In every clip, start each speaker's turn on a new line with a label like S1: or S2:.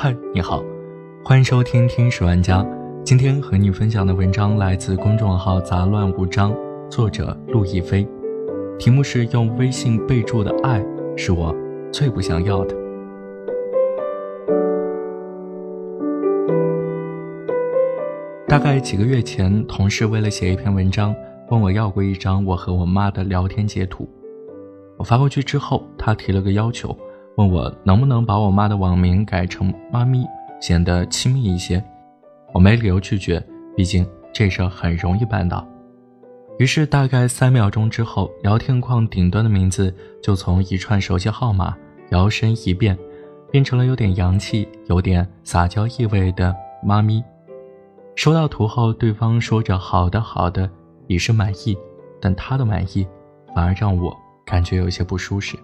S1: 嗨，你好，欢迎收听听史玩家。今天和你分享的文章来自公众号杂乱无章，作者陆亦飞，题目是用微信备注的爱是我最不想要的。大概几个月前，同事为了写一篇文章，问我要过一张我和我妈的聊天截图。我发过去之后，他提了个要求，问我能不能把我妈的网名改成妈咪，显得亲密一些。我没理由拒绝，毕竟这事很容易办到。于是大概3秒钟之后，聊天框顶端的名字就从一串手机号码摇身一变，变成了有点洋气、有点撒娇意味的妈咪。收到图后，对方说着好的好的，已是满意，但他的满意反而让我感觉有些不舒适。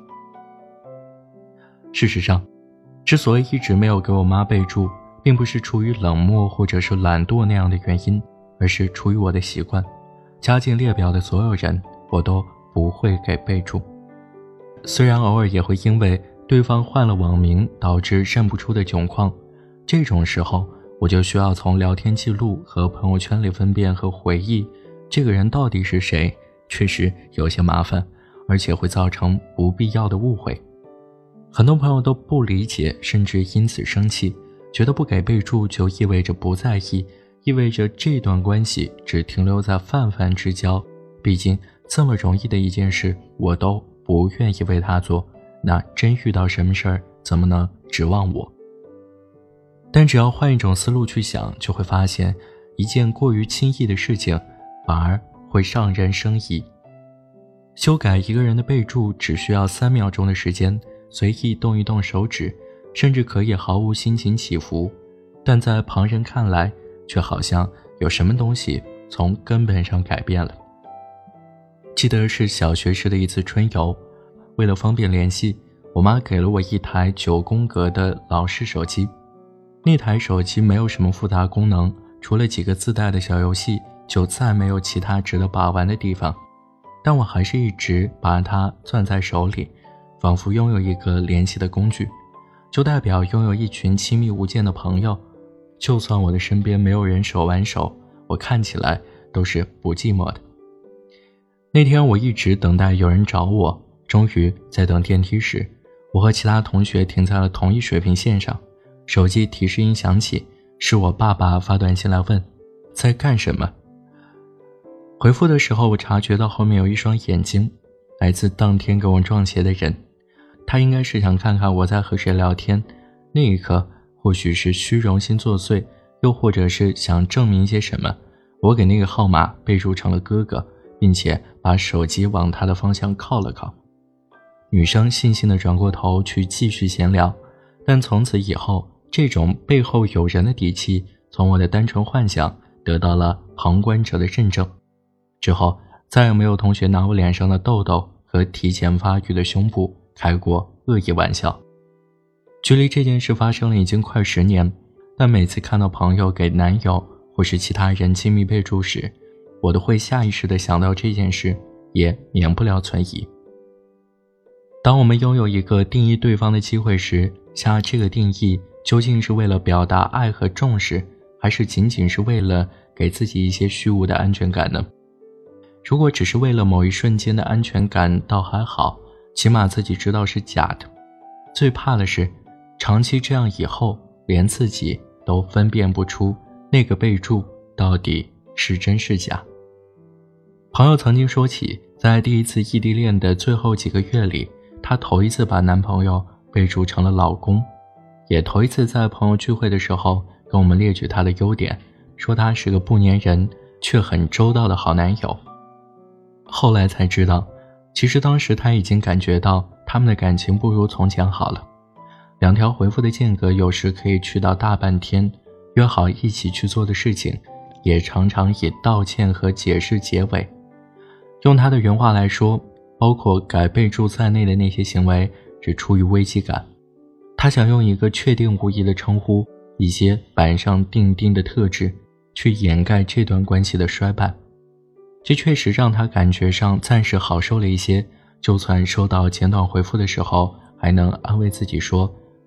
S1: 事实上，之所以一直没有给我妈备注，并不是出于冷漠或者是懒惰那样的原因，而是出于我的习惯。加进列表的所有人，我都不会给备注。虽然偶尔也会因为对方换了网名导致认不出的窘况，这种时候我就需要从聊天记录和朋友圈里分辨和回忆这个人到底是谁，确实有些麻烦，而且会造成不必要的误会。很多朋友都不理解，甚至因此生气，觉得不给备注就意味着不在意，意味着这段关系只停留在泛泛之交。毕竟这么容易的一件事我都不愿意为他做，那真遇到什么事儿怎么能指望我？但只要换一种思路去想，就会发现一件过于轻易的事情反而会让人生疑。修改一个人的备注只需要3秒钟的时间，随意动一动手指，甚至可以毫无心情起伏，但在旁人看来却好像有什么东西从根本上改变了。记得是小学时的一次春游，为了方便联系，我妈给了我一台9宫格的老式手机。那台手机没有什么复杂功能，除了几个自带的小游戏，就再没有其他值得把玩的地方。但我还是一直把它攥在手里，仿佛拥有一个联系的工具，就代表拥有一群亲密无间的朋友。就算我的身边没有人手挽手，我看起来都是不寂寞的。那天我一直等待有人找我，终于在等电梯时，我和其他同学停在了同一水平线上。手机提示音响起，是我爸爸发短信来问在干什么。回复的时候，我察觉到后面有一双眼睛，来自当天跟我撞鞋的人。他应该是想看看我在和谁聊天，那一刻或许是虚荣心作祟，又或者是想证明些什么。我给那个号码备注成了哥哥，并且把手机往他的方向靠了靠。女生悻悻地转过头去继续闲聊，但从此以后，这种背后有人的底气从我的单纯幻想得到了旁观者的认证。之后再也没有同学拿我脸上的痘痘和提前发育的胸部开过恶意玩笑。距离这件事发生了已经快10年，但每次看到朋友给男友或是其他人亲密备注时，我都会下意识地想到这件事，也免不了存疑。当我们拥有一个定义对方的机会时，下这个定义究竟是为了表达爱和重视，还是仅仅是为了给自己一些虚无的安全感呢？如果只是为了某一瞬间的安全感倒还好，起码自己知道是假的。最怕的是长期这样以后，连自己都分辨不出那个备注到底是真是假。朋友曾经说起，在第一次异地恋的最后几个月里，她头一次把男朋友备注成了老公，也头一次在朋友聚会的时候跟我们列举他的优点，说他是个不粘人却很周到的好男友。后来才知道，其实当时他已经感觉到他们的感情不如从前好了。2条回复的间隔有时可以去到大半天，约好一起去做的事情也常常以道歉和解释结尾。用他的原话来说，包括改备注在内的那些行为是出于危机感。他想用一个确定无疑的称呼，一些板上钉钉的特质去掩盖这段关系的衰败。这确实让他感觉上暂时好受了一些，就算收到简短回复的时候，还能安慰自己说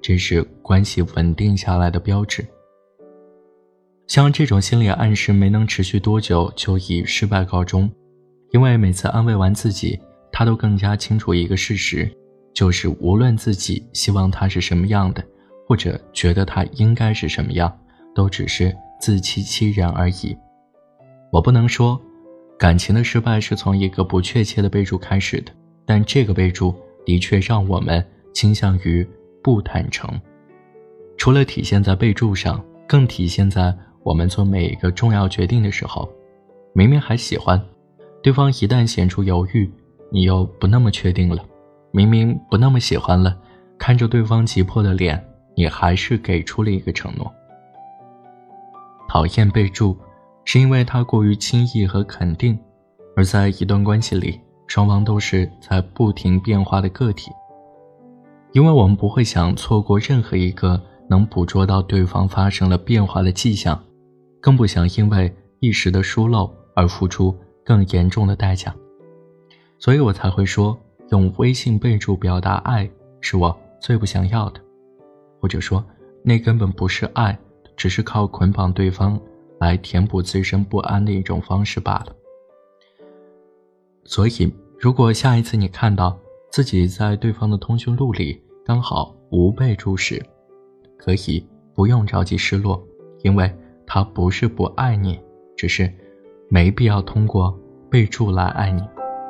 S1: 这是关系稳定下来的标志。像这种心理暗示没能持续多久就以失败告终，因为每次安慰完自己，他都更加清楚一个事实，就是无论自己希望他是什么样的，或者觉得他应该是什么样，都只是自欺欺人而已。我不能说感情的失败是从一个不确切的备注开始的，但这个备注的确让我们倾向于不坦诚。除了体现在备注上，更体现在我们做每一个重要决定的时候。明明还喜欢对方，一旦显出犹豫，你又不那么确定了。明明不那么喜欢了，看着对方急迫的脸，你还是给出了一个承诺。讨厌备注是因为它过于轻易和肯定，而在一段关系里，双方都是在不停变化的个体。因为我们不会想错过任何一个能捕捉到对方发生了变化的迹象，更不想因为一时的疏漏而付出更严重的代价。所以我才会说，用微信备注表达爱是我最不想要的，或者说那根本不是爱，只是靠捆绑对方来填补自身不安的一种方式罢了。所以如果下一次你看到自己在对方的通讯录里刚好无备注时，可以不用着急失落，因为他不是不爱你，只是没必要通过备注来爱你。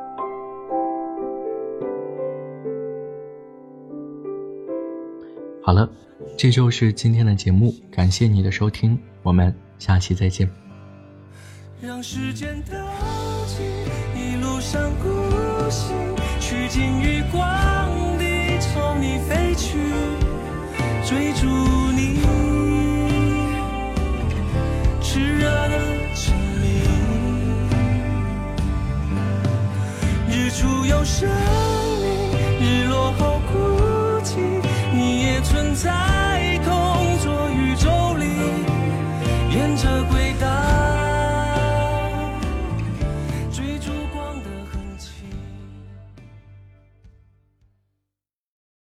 S1: 好了，这就是今天的节目，感谢你的收听，我们下期再见。
S2: 让时间倒进一路上孤行，趋近于光里朝你飞去，追逐你炽热的证明。日出有生命，日落后孤寂，你也存在